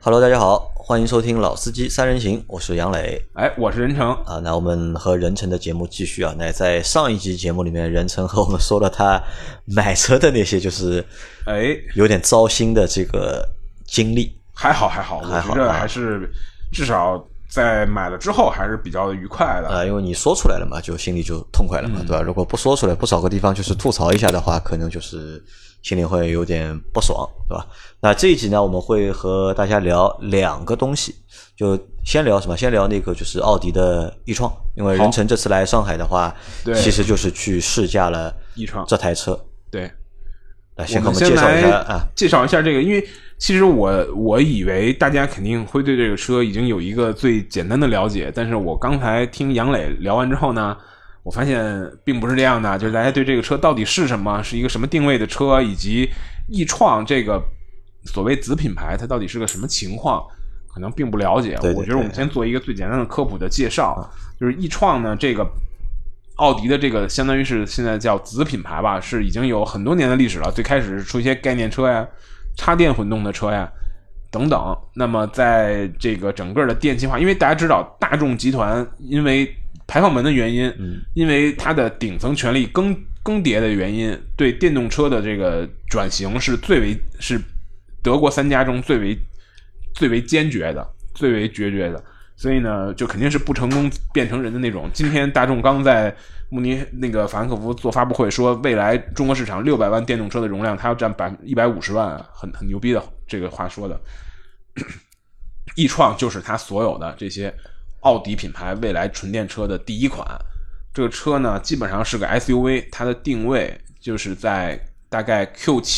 Hello，大家好，欢迎收听老司机三人行，我是杨磊。 我是任成啊。那我们和任成的节目继续啊。那在上一集节目里面，任成和我们说了他买车的那些就是有点糟心的这个经历。 还好，我觉得还是至少在买了之后还是比较愉快的。 因为你说出来了嘛，就心里就痛快了嘛，对吧？如果不说出来，不找个地方就是吐槽一下的话，可能就是心里会有点不爽，对吧？那这一集呢，我们会和大家聊两个东西，就先聊什么？先聊那个就是奥迪的e-tron，因为任成这次来上海的话，其实就是去试驾了e-tron这台车。 对， 来先给我们介绍一下啊， 介绍一下这个，因为其实我以为大家肯定会对这个车已经有一个最简单的了解，但是我刚才听杨磊聊完之后呢，我发现并不是这样的，就是大家对这个车到底是什么，是一个什么定位的车，以及e-tron这个所谓子品牌它到底是个什么情况，可能并不了解。 对， 我觉得我们先做一个最简单的科普的介绍，就是e-tron呢，这个奥迪的这个相当于是现在叫子品牌吧，是已经有很多年的历史了。最开始是出一些概念车呀、插电混动的车呀等等。那么在这个整个的电气化，因为大家知道大众集团因为排放门的原因，因为它的顶层权力更迭的原因，对电动车的这个转型是德国三家中最为坚决的、最为决绝的。所以呢，就肯定是不成功变成人的那种。今天大众刚在慕尼那个法兰克福做发布会，说未来中国市场600万电动车的容量，它要占150万，很牛逼的这个话说的。e-tron就是它所有的这些奥迪品牌未来纯电车的第一款。这个车呢，基本上是个 SUV， 它的定位就是在大概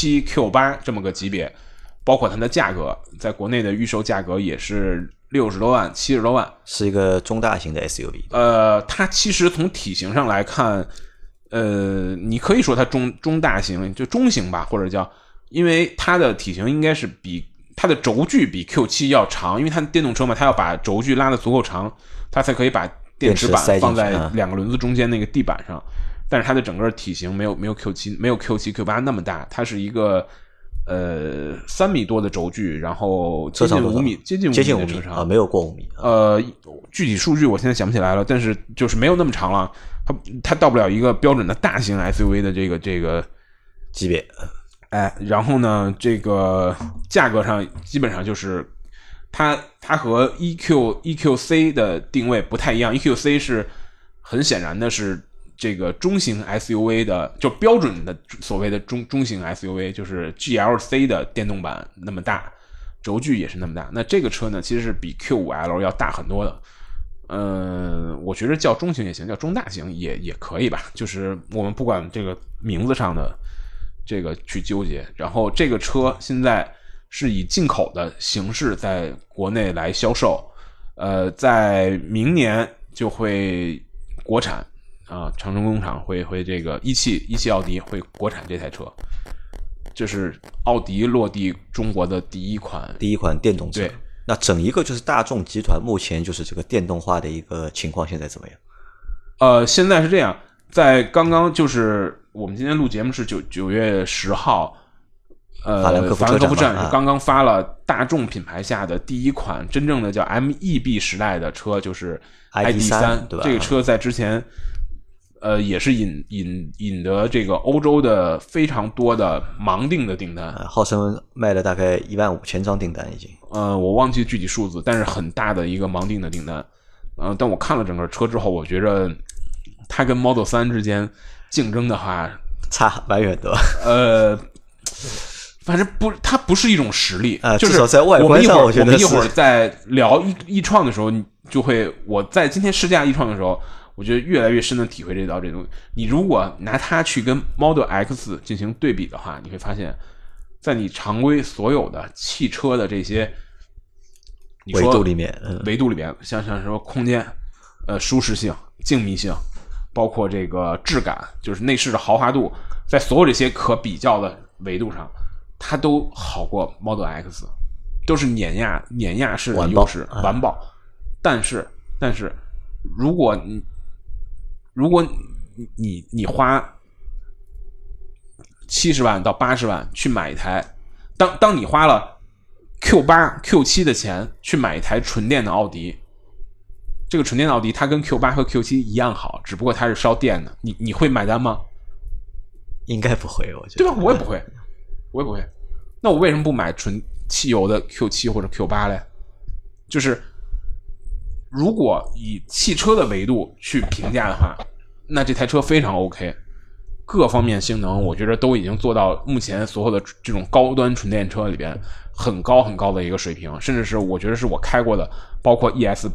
Q7、Q8 这么个级别，包括它的价格，在国内的预售价格也是60多万、70多万， 是一个中大型的 SUV。 它其实从体型上来看，你可以说它中大型，就中型吧，或者叫，因为它的体型应该是比它的轴距比 Q7 要长，因为它电动车嘛，它要把轴距拉得足够长，它才可以把电池板放在两个轮子中间那个地板上。但是它的整个体型没有 Q7、Q8 那么大，它是一个3米多的轴距，然后接近5米的车长， 没有过5米。 具体数据我现在想不起来了，但是就是没有那么长了，它到不了一个标准的大型 SUV 的这个级别。 然后呢，这个价格上基本上就是它和 EQC 的定位不太一样。EQC 是很显然的是这个中型 SUV 的，就标准的所谓的中型 SUV， 就是 GLC 的电动版那么大，轴距也是那么大。那这个车呢，其实是比 Q5L 要大很多的。我觉得叫中型也行，叫中大型也可以吧。就是我们不管这个名字上的这个去纠结。然后这个车现在是以进口的形式在国内来销售，在明年就会国产。长城工厂会这个一汽奥迪会国产这台车，这是奥迪落地中国的第一款电动车。 对， 那整一个就是大众集团目前就是这个电动化的一个情况现在怎么样？ 现在是这样，在刚刚就是我们今天录节目是9月10号， 法兰克福站是刚刚发了大众品牌下的第一款真正的叫 MEB 时代的车，就是 ID.3， 对吧？ 这个车在之前也是引得这个欧洲的非常多的盲订的订单， 号称卖了大概15000张订单已经。 我忘记具体数字，但是很大的一个盲订的订单。但我看了整个车之后，我觉着它跟 Model 3之间竞争的话， 差蛮远的。 反正它不是一种实力，就是至少在外观上，我觉得我们一会儿在聊e-tron的时候，我在今天试驾e-tron的时候，我觉得越来越深的体会这东西。你如果拿它去跟 Model X 进行对比的话，你会发现，在你常规所有的汽车的这些维度里面， 像什么空间、舒适性、静谧性，包括这个质感，就是内饰的豪华度，在所有这些可比较的维度上，它都好过 Model X， 都是碾压式的优势，完爆。但是，如果你花70万到80万去买一台，当你花了 Q8、Q7 的钱去买一台纯电的奥迪，这个纯电的奥迪它跟 Q8 和 Q7 一样好，只不过它是烧电的，你会买单吗？ 应该不会，我觉得， 对吧？我也不会，我也不会。那我为什么不买纯汽油的 Q7 或者 Q8 嘞？就是如果以汽车的维度去评价的话，那这台车非常 OK， 各方面性能我觉得都已经做到目前所有的这种高端纯电车里边很高很高的一个水平，甚至是我觉得是我开过的，包括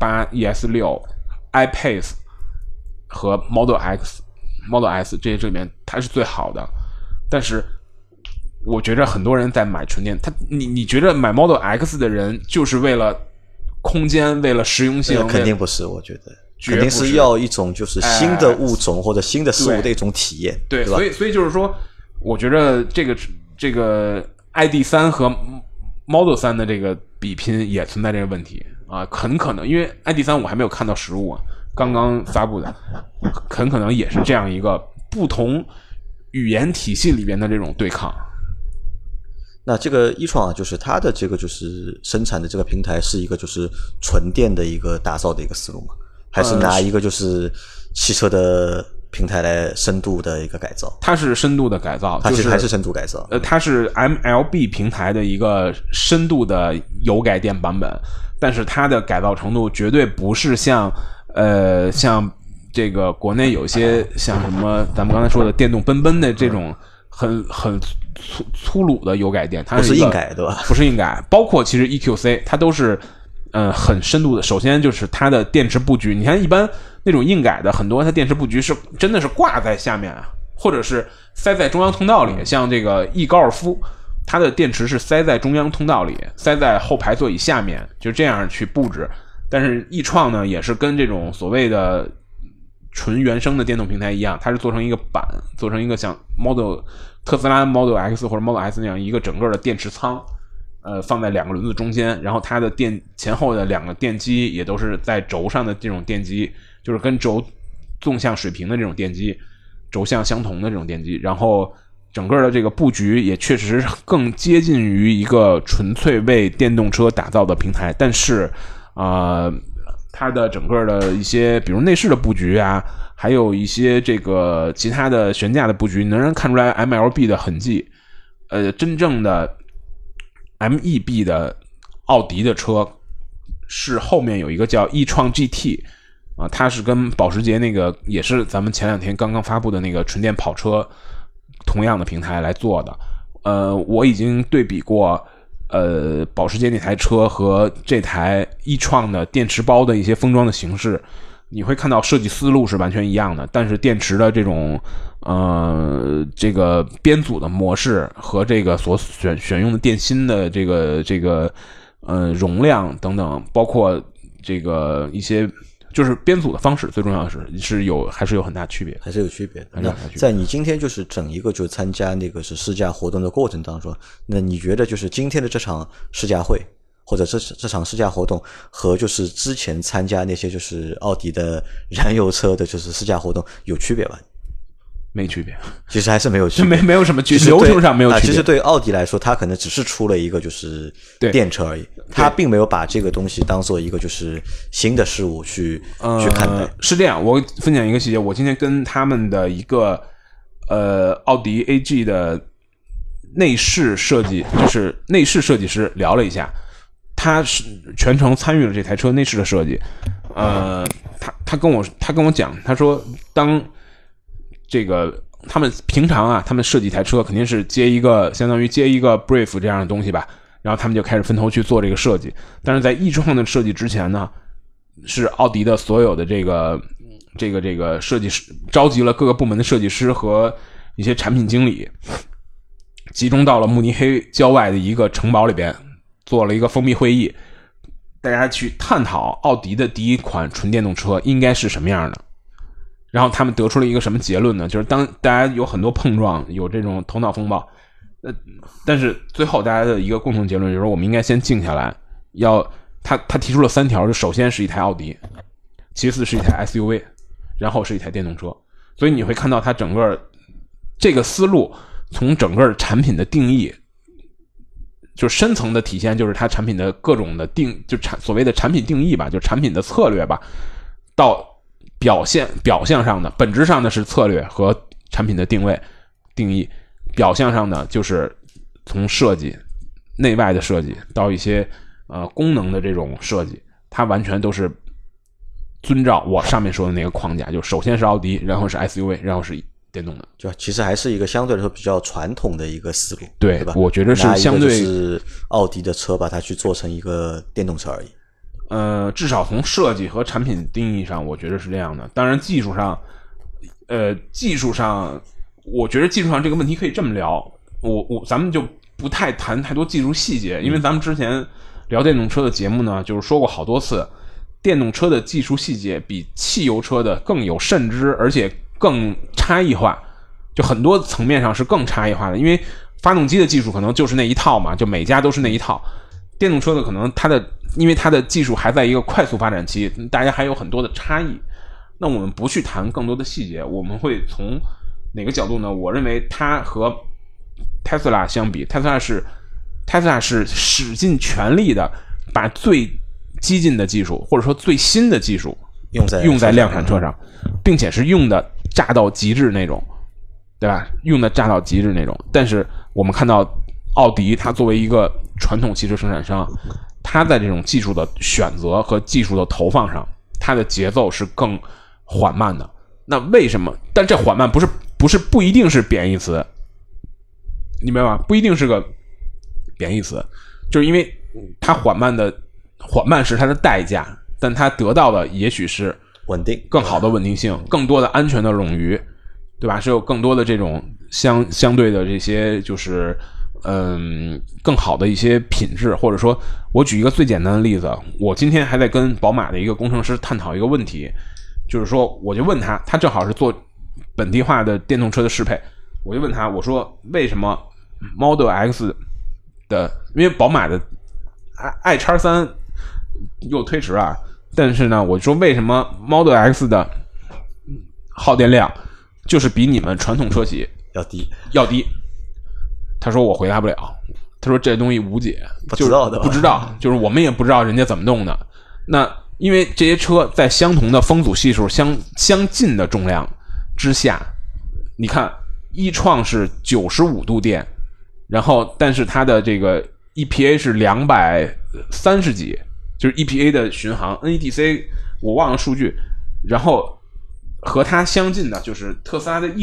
ES8、ES6、iPace 和 Model X、Model S 这些里面它是最好的。但是我觉得很多人在买纯电，你觉得买 Model X 的人就是为了空间，为了实用性？ 肯定不是，我觉得肯定是要一种就是新的物种或者新的事物的一种体验， 对吧？ 所以就是说，我觉得这个 ID.3 和 Model 3的这个比拼也存在这个问题啊，很可能因为 ID.3 我还没有看到实物啊，刚刚发布的，很可能也是这样一个不同语言体系里边的这种对抗。 那这个一创啊，就是它的这个就是生产的这个平台是一个就是纯电的一个打造的一个思路吗？还是拿一个就是汽车的平台来深度的一个改造？ 它是深度的改造， 它其实还是深度改造。 它是 MLB 平台的一个深度的油改电版本，但是它的改造程度绝对不是像这个国内有些像什么咱们刚才说的电动奔奔的这种很粗鲁的油改电，它不是硬改对吧？ 不是硬改，包括其实 EQC 它都是很深度的。首先就是它的电池布局，你看一般那种硬改的很多，它电池布局是真的是挂在下面啊，或者是塞在中央通道里，像这个 E 高尔夫，它的电池是塞在中央通道里，塞在后排座椅下面，就这样去布置。但是易创呢，也是跟这种所谓的纯原生的电动平台一样，它是做成一个板，做成一个像特斯拉 Model X 或者 Model S 那样一个整个的电池仓，放在两个轮子中间，然后它的前后的两个电机也都是在轴上的这种电机，就是跟轴纵向水平的这种电机，轴向相同的这种电机，然后整个的这个布局也确实更接近于一个纯粹为电动车打造的平台，但是它的整个的一些比如内饰的布局啊，还有一些这个其他的悬架的布局，能让人看出来 MLB 的痕迹。真正的 MEB 的奥迪的车是后面有一个叫易创 GT 啊，它是跟保时捷那个也是咱们前两天刚刚发布的那个纯电跑车同样的平台来做的。我已经对比过保时捷那台车和这台易创的电池包的一些封装的形式，你会看到设计思路是完全一样的，但是电池的这种这个编组的模式和这个所选用的电芯的这个容量等等，包括这个一些就是编组的方式，最重要的还是有很大区别， 还是有区别。那在你今天就是整一个就参加那个是试驾活动的过程当中，那你觉得就是今天的这场试驾会或者这场试驾活动和就是之前参加那些就是奥迪的燃油车的就是试驾活动有区别吧？ 没区别， 其实还是没有区别， 没有什么区别，流程上没有区别。 其实对奥迪来说，它可能只是出了一个就是电车而已，它并没有把这个东西当做一个就是新的事物去看待。 是这样，我分享一个细节，我今天跟他们的一个奥迪 AG 的内饰设计，就是内饰设计师聊了一下，他是全程参与了这台车内饰的设计。他跟我讲，他说当这个他们平常啊，他们设计一台车肯定是相当于接一个 brief 这样的东西吧，然后他们就开始分头去做这个设计。但是在易创的设计之前呢，是奥迪的所有的这个设计师召集了各个部门的设计师和一些产品经理，集中到了慕尼黑郊外的一个城堡里边，做了一个封闭会议，大家去探讨奥迪的第一款纯电动车应该是什么样的。然后他们得出了一个什么结论呢？就是当大家有很多碰撞，有这种头脑风暴，但是最后大家的一个共同结论就是我们应该先静下来。他提出了3条，就首先是一台奥迪，其次是一台 SUV， 然后是一台电动车。所以你会看到它整个这个思路从整个产品的定义就是深层的体现，就是它产品的各种的所谓的产品定义吧，就产品的策略吧，到表象上的本质上的是策略和产品的定义，表象上的就是从设计内外的设计到一些功能的这种设计，它完全都是遵照我上面说的那个框架，就首先是奥迪，然后是 SUV， 然后是电动的， 就其实还是一个相对来说比较传统的一个思路， 对吧？ 我觉得是相对是奥迪的车把它去做成一个电动车而已。 至少从设计和产品定义上，我觉得是这样的。当然，技术上，我觉得技术上这个问题可以这么聊。咱们就不谈太多技术细节，因为咱们之前聊电动车的节目呢，就是说过好多次，电动车的技术细节比汽油车的更有甚知，而且更差异化，就很多层面上是更差异化的。因为发动机的技术可能就是那一套嘛，就每家都是那一套。电动车的可能因为它的技术还在一个快速发展期，大家还有很多的差异。那我们不去谈更多的细节，我们会从哪个角度呢？我认为它和 Tesla 相比， Tesla 是使尽全力的把最激进的技术或者说最新的技术用在量产车上，并且是用的炸到极致那种，对吧？用的炸到极致那种。但是我们看到奥迪它作为一个传统汽车生产商，它在这种技术的选择和技术的投放上，它的节奏是更缓慢的。那为什么？但这缓慢不一定是贬义词，你明白吗？不一定是个贬义词，就是因为它缓慢是它的代价，但它得到的也许是稳定， 更好的稳定性，更多的安全的冗余，对吧？是有更多的这种相对的这些就是更好的一些品质。或者说我举一个最简单的例子，我今天还在跟宝马的一个工程师探讨一个问题，就是说我就问他正好是做本地化的电动车的适配，我就问他，我说为什么 Model X 的，因为宝马的 i-3 又推迟了，但是呢我说为什么 Model X 的耗电量就是比你们传统车企要低。他说我回答不了，他说这东西无解， 不知道的， 不知道，就是我们也不知道人家怎么弄的。那因为这些车在相同的风阻系数相近的重量之下，你看一创是95度电，然后但是它的这个 EPA 是230几，就是 EPA 的巡航 NEDC 我忘了数据，然后和它相近的就是特斯拉的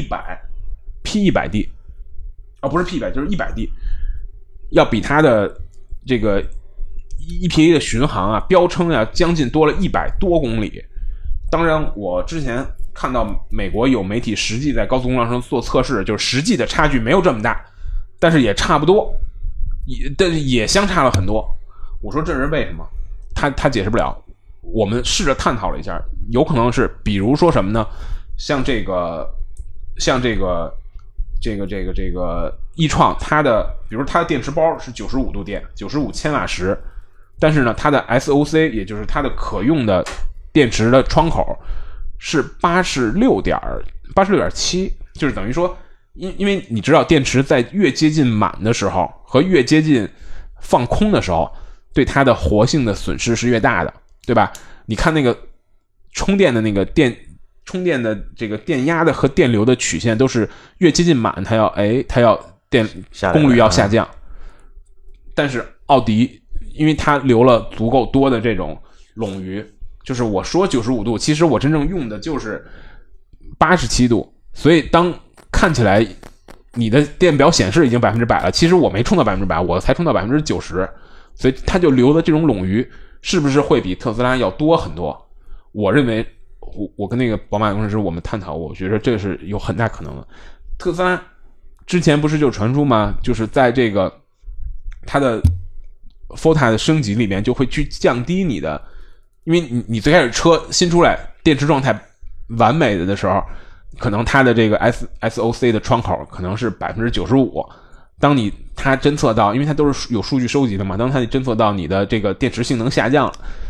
P100D，不是 P100 就是 100D， 要比它的这个 EPA 的巡航啊标称啊将近多了100多公里。当然我之前看到美国有媒体实际在高速公路上做测试，就是实际的差距没有这么大，但是也差不多，但是也相差了很多。我说这是为什么？他解释不了。我们试着探讨了一下，有可能是比如说什么呢？像这个一创，它的比如它的电池包是95度电，95千瓦时，但是呢它的 SOC 也就是它的可用的电池的窗口是86.7，就是等于说因为你知道电池在越接近满的时候和越接近放空的时候，对它的活性的损失是越大的，对吧？你看那个充电的这个电压的和电流的曲线都是越接近满，它要电功率要下降。但是奥迪因为它留了足够多的这种冗余，就是我说95度，其实我真正用的就是87度，所以当看起来你的电表显示已经100%了，其实我没充到100%，我才充到90%，所以它就留的这种冗余是不是会比特斯拉要多很多？我认为我跟那个宝马工程师我们探讨，我觉得这是有很大可能的。特斯拉之前不是就传出吗？就是在这个它的 Forte 的升级里面就会去降低你的，因为你最开始车新出来电池状态完美的时候，可能它的这个 SOC 的窗口可能是 95%， 当它侦测到，因为它都是有数据收集的嘛，当它侦测到你的这个电池性能下降了，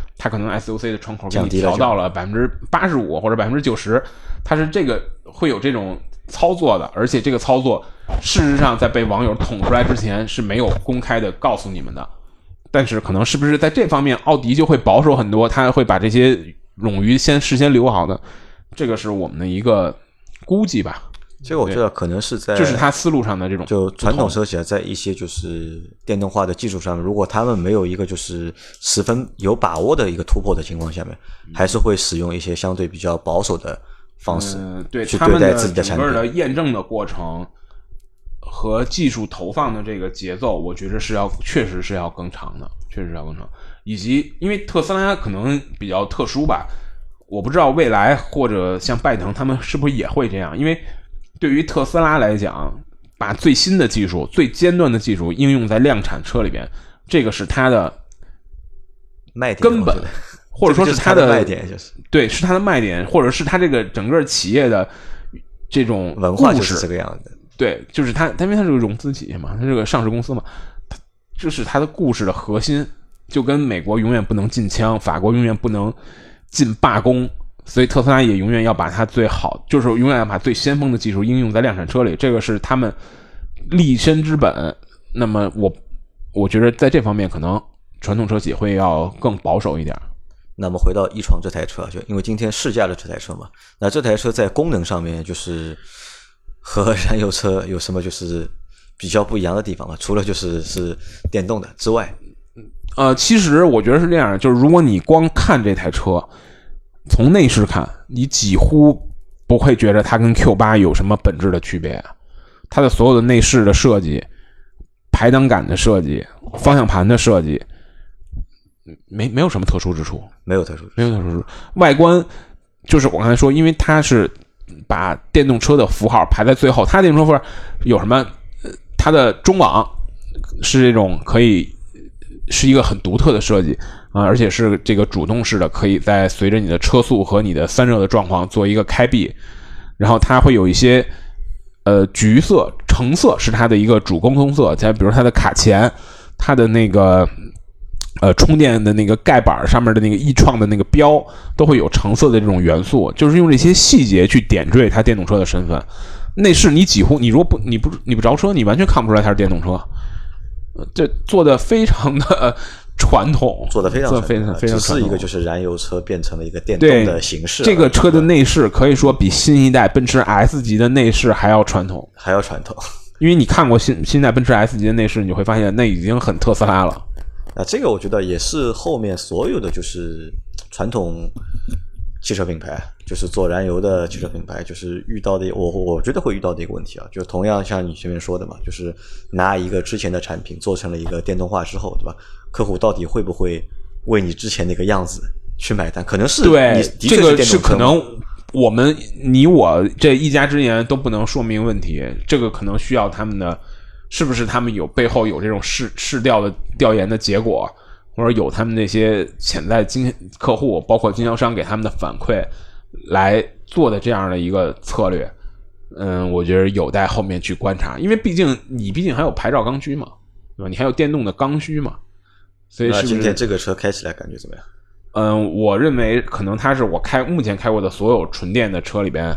它可能 SOC 的窗口给你降低了调到了85%或者90%，它是这个会有这种操作的，而且这个操作事实上在被网友捅出来之前是没有公开的告诉你们的。但是可能是不是在这方面奥迪就会保守很多，他会把这些冗余事先留好的，这个是我们的一个估计吧。 这个我觉得可能是在就是他思路上的这种就传统车企啊，在一些就是电动化的技术上面，如果他们没有一个就是十分有把握的一个突破的情况下面，还是会使用一些相对比较保守的方式对去对待自己的产品。 整个的验证的过程和技术投放的这个节奏，我觉得确实是要更长的，确实是要更长。以及因为特斯拉可能比较特殊吧，我不知道未来或者像拜腾他们是不是也会这样，因为对于特斯拉来讲，把最新的技术、最尖端的技术应用在量产车里边，这个是它的卖点根本，或者说是它的卖点，就是对，是它的卖点，或者是它这个整个企业的这种文化就是这个样子。 对，就是它，因为它是个融资企业嘛，它是个上市公司嘛，这是它的故事的核心，就跟美国永远不能禁枪，法国永远不能禁罢工。所以特斯拉也永远要把它最好，就是永远要把最先锋的技术应用在量产车里，这个是他们立身之本。那么我觉得在这方面可能传统车企会要更保守一点。 那么回到e创这台车，就因为今天试驾了这台车嘛，那这台车在功能上面就是和燃油车有什么就是比较不一样的地方吗？除了是电动的之外， 其实我觉得是这样，就是如果你光看这台车。从内饰看，你几乎不会觉得它跟 Q8 有什么本质的区别。它的所有的内饰的设计、排挡杆的设计、方向盘的设计，没有什么特殊之处， 没有特殊之处。外观就是我刚才说，因为它是把电动车的符号排在最后，它电动车符号有什么？它的中网是这种可以是一个很独特的设计。而且是这个主动式的，可以在随着你的车速和你的散热的状况做一个开闭，然后它会有一些橘色、橙色是它的一个主沟通色，再比如它的卡钳，它的那个充电的那个盖板上面的那个e创的那个标都会有橙色的这种元素，就是用这些细节去点缀它电动车的身份。内饰你几乎你如果你不着车，你完全看不出来它是电动车，这做的非常的。传统做得非常只是一个就是燃油车变成了一个电动的形式。 这个车的内饰可以说比新一代奔驰 S 级的内饰还要传统，因为你看过新一代奔驰 S 级的内饰，你就会发现那已经很特斯拉了。 这个我觉得也是后面所有的就是传统汽车品牌，就是做燃油的汽车品牌，就是遇到的我觉得会遇到的一个问题啊，就同样像你前面说的嘛，就是拿一个之前的产品做成了一个电动化之后，对吧？客户到底会不会为你之前那个样子去买单？可能是对， 这个是可能你我这一家之言都不能说明问题，这个可能需要他们的是不是他们背后有这种市调的调研的结果，或者有他们那些潜在客户包括经销商给他们的反馈来做的这样的一个策略。我觉得有待后面去观察，因为毕竟还有牌照刚需嘛，对吧？你还有电动的刚需嘛。所以是不是今天这个车开起来感觉怎么样？ 我认为可能它是我目前开过的所有纯电的车里边，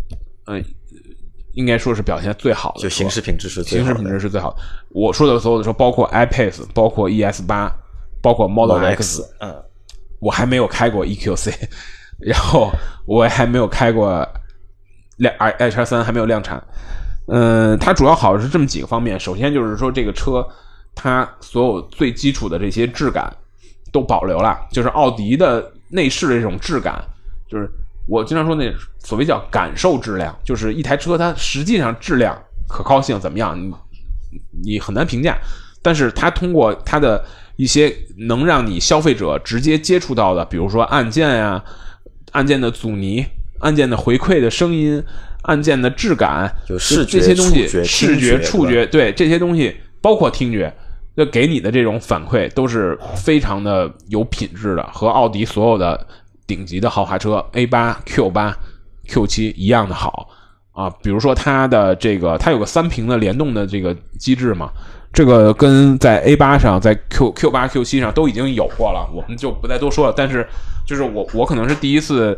应该说是表现最好的， 就行驶品质是最好的。我说的所有的车，包括 iPace， 包括 ES8， 包括 Model X， 我还没有开过 EQC， 然后我还没有开过i3， 还没有量产。它主要好是这么几个方面，首先就是说这个车。它所有最基础的这些质感都保留了，就是奥迪的内饰的这种质感，就是我经常说那所谓叫感受质量，就是一台车它实际上质量可靠性怎么样，你很难评价，但是它通过它的一些能让你消费者直接接触到的，比如说按键啊、按键的阻尼、按键的回馈的声音、按键的质感， 就视觉、 这些东西，视觉、 触觉，对这些东西。包括听觉，就给你的这种反馈都是非常的有品质的，和奥迪所有的顶级的豪华车 A8、Q8、Q7 一样的好啊。比如说它的这个，它有个3屏的联动的这个机制嘛， 这个跟在 A8 上，在 Q8、Q7 上都已经有过了，我们就不再多说了。但是就是我可能是第一次，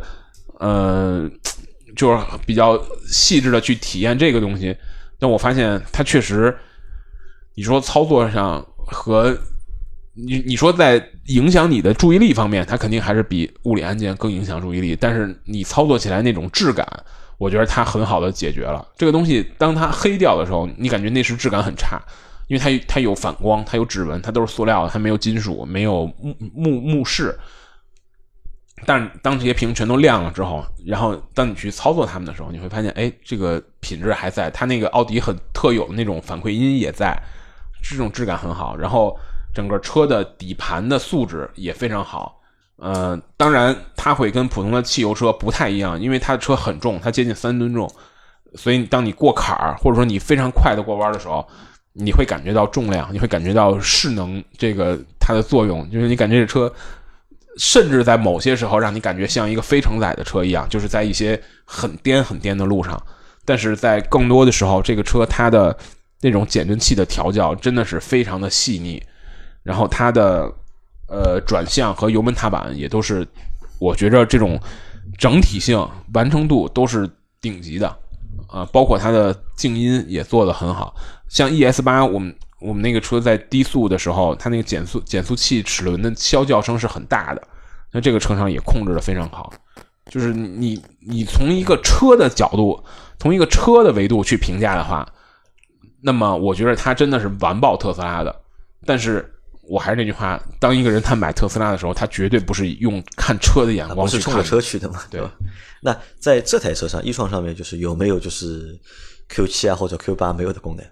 就是比较细致的去体验这个东西，但我发现它确实，你说操作上和你说在影响你的注意力方面，它肯定还是比物理按键更影响注意力，但是你操作起来那种质感，我觉得它很好的解决了这个东西。当它黑掉的时候，你感觉内饰质感很差，因为它有反光，它有指纹，它都是塑料的，它没有金属，没有目视。但是当这些屏全都亮了之后，然后当你去操作它们的时候，你会发现，哎，这个品质还在，它那个奥迪很特有的那种反馈音也在，这种质感很好。然后整个车的底盘的素质也非常好。当然它会跟普通的汽油车不太一样，因为它的车很重，它接近3吨重，所以当你过坎儿或者说你非常快的过弯的时候，你会感觉到重量，你会感觉到势能这个它的作用，就是你感觉这车甚至在某些时候让你感觉像一个非承载的车一样，就是在一些很颠的路上。但是在更多的时候，这个车它的那种减震器的调教真的是非常的细腻，然后它的转向和油门踏板也都是，我觉着这种整体性完成度都是顶级的，包括它的静音也做得很好。像 ES8 我们那个车在低速的时候，它那个减速器齿轮的啸叫声是很大的，那这个车上也控制得非常好。就是你从一个车的角度，从一个车的维度去评价的话，那么我觉得它真的是完爆特斯拉的。但是我还是那句话，当一个人他买特斯拉的时候，他绝对不是用看车的眼光去看， 不是冲着车去的嘛， 对吧？ 那在这台车上，e创上面就是有没有就是 Q7 啊或者 Q8 没有的功能？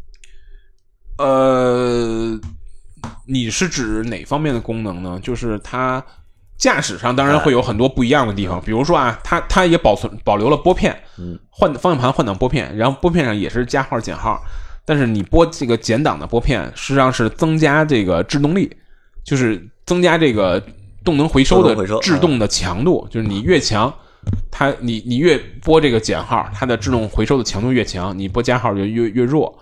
你是指哪方面的功能呢？就是它驾驶上当然会有很多不一样的地方，比如说啊，它也保留了拨片，方向盘换挡拨片，然后拨片上也是加号减号，但是你拨这个减档的拨片，实际上是增加这个制动力，就是增加这个动能回收的制动的强度，就是你越强，你越拨这个减号，它的制动回收的强度越强，你拨加号就越弱，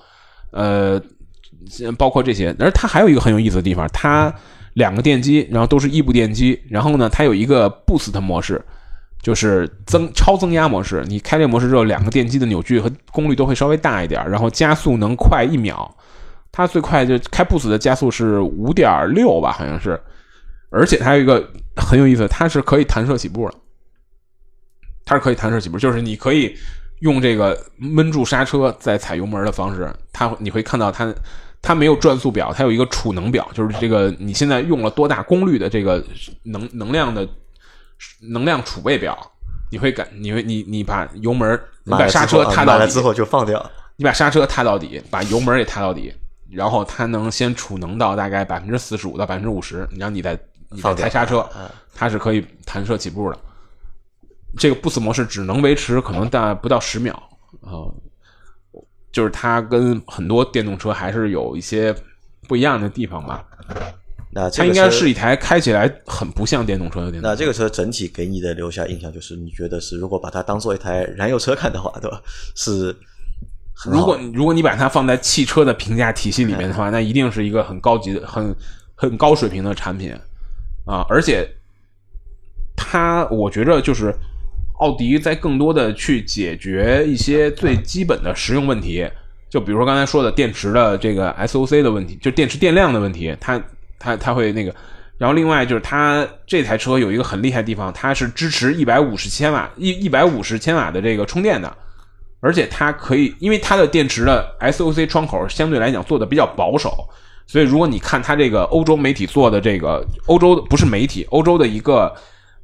包括这些。而它还有一个很有意思的地方，它2个电机，然后都是异步电机，然后呢，它有一个 boost 模式，就是超增压模式。你开这个模式之后，2个电机的扭矩和功率都会稍微大一点，然后加速能快1秒。它最快就开 boost 的加速是 5.6 吧，好像是。而且它有一个很有意思，它是可以弹射起步的。它是可以弹射起步，就是你可以用这个闷住刹车再踩油门的方式，你会看到它没有转速表，它有一个储能表，就是这个你现在用了多大功率的这个能量储备表。你把油门，你把刹车踏到底， 满了之后就放掉， 你把刹车踏到底，把油门也踏到底，然后它能先储能到大概 45% 到 50%， 然后你再抬刹车，它是可以弹射起步的。这个 boost 模式只能维持可能不到10秒，就是它跟很多电动车还是有一些不一样的地方吧。 那它应该是一台开起来很不像电动车的电动车。 那这个车整体给你的留下印象就是，你觉得是如果把它当做一台燃油车看的话，对吧？是很好。 如果你把它放在汽车的评价体系里面的话，那一定是一个很高级的、很高水平的产品啊！而且我觉着就是奥迪在更多的去解决一些最基本的实用问题，就比如说刚才说的电池的这个 SOC 的问题，就电池电量的问题，它会那个。然后另外就是它这台车有一个很厉害的地方，它是支持150千瓦的这个充电的，而且它可以，因为它的电池的 SOC 窗口相对来讲做的比较保守，所以如果你看它这个欧洲媒体做的这个，欧洲不是媒体，欧洲的一个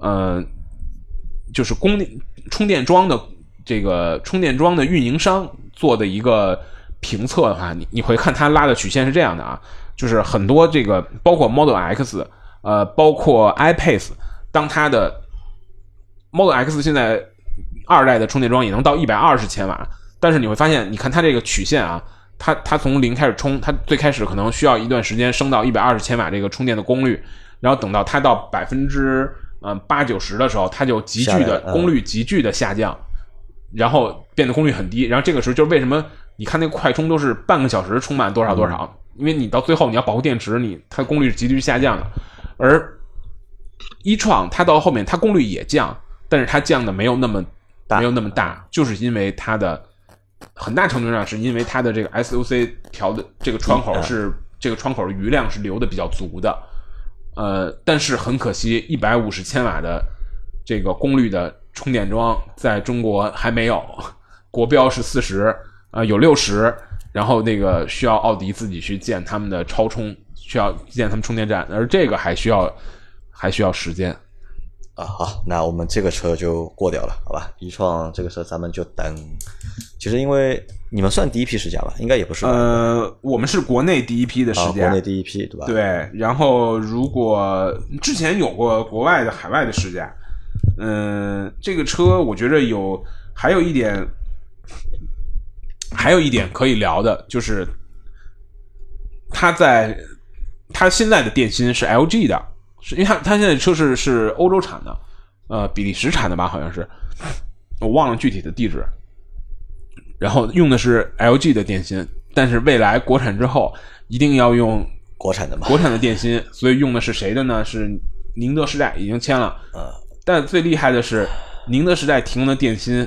就是充电桩的这个充电桩的运营商做的一个评测的话，你会看它拉的曲线是这样的啊，就是很多这个包括 Model X，包括 iPace， 当它的 Model X 现在2代的充电桩也能到120千瓦，但是你会发现，你看它这个曲线啊，它从0开始充，它最开始可能需要一段时间升到120千瓦这个充电的功率，然后等到它到80-90%的时候，它就功率急剧的下降，然后变得功率很低，然后这个时候就是为什么你看那个快充都是半个小时充满多少， 因为你到最后你要保护电池，它功率是急剧下降的。而e-tron它到后面它功率也降，但是它降的没有那么大，就是因为它的很大程度上是因为它的这个 SOC 调的这个窗口这个窗口的余量是留的比较足的。但是很可惜150千瓦的这个功率的充电桩在中国还没有，国标是40，有60，然后那个需要奥迪自己去建他们的超充，需要建他们充电站，而这个还需要时间。 好，那我们这个车就过掉了，好吧？e-tron这个车咱们就等。其实因为你们算第一批试驾吧，应该也不是吧？ 我们是国内第一批的试驾， 国内第一批，对吧？ 对。然后如果之前有过国外的海外的试驾，这个车我觉得还有一点可以聊的，就是它现在的电芯是 LG 的。是因为它现在车是欧洲产的，比利时产的吧，好像是，我忘了具体的地址。然后用的是 LG 的电芯，但是未来国产之后一定要用国产的电芯，所以用的是谁的呢？是宁德时代已经签了。但最厉害的是宁德时代提供的电芯，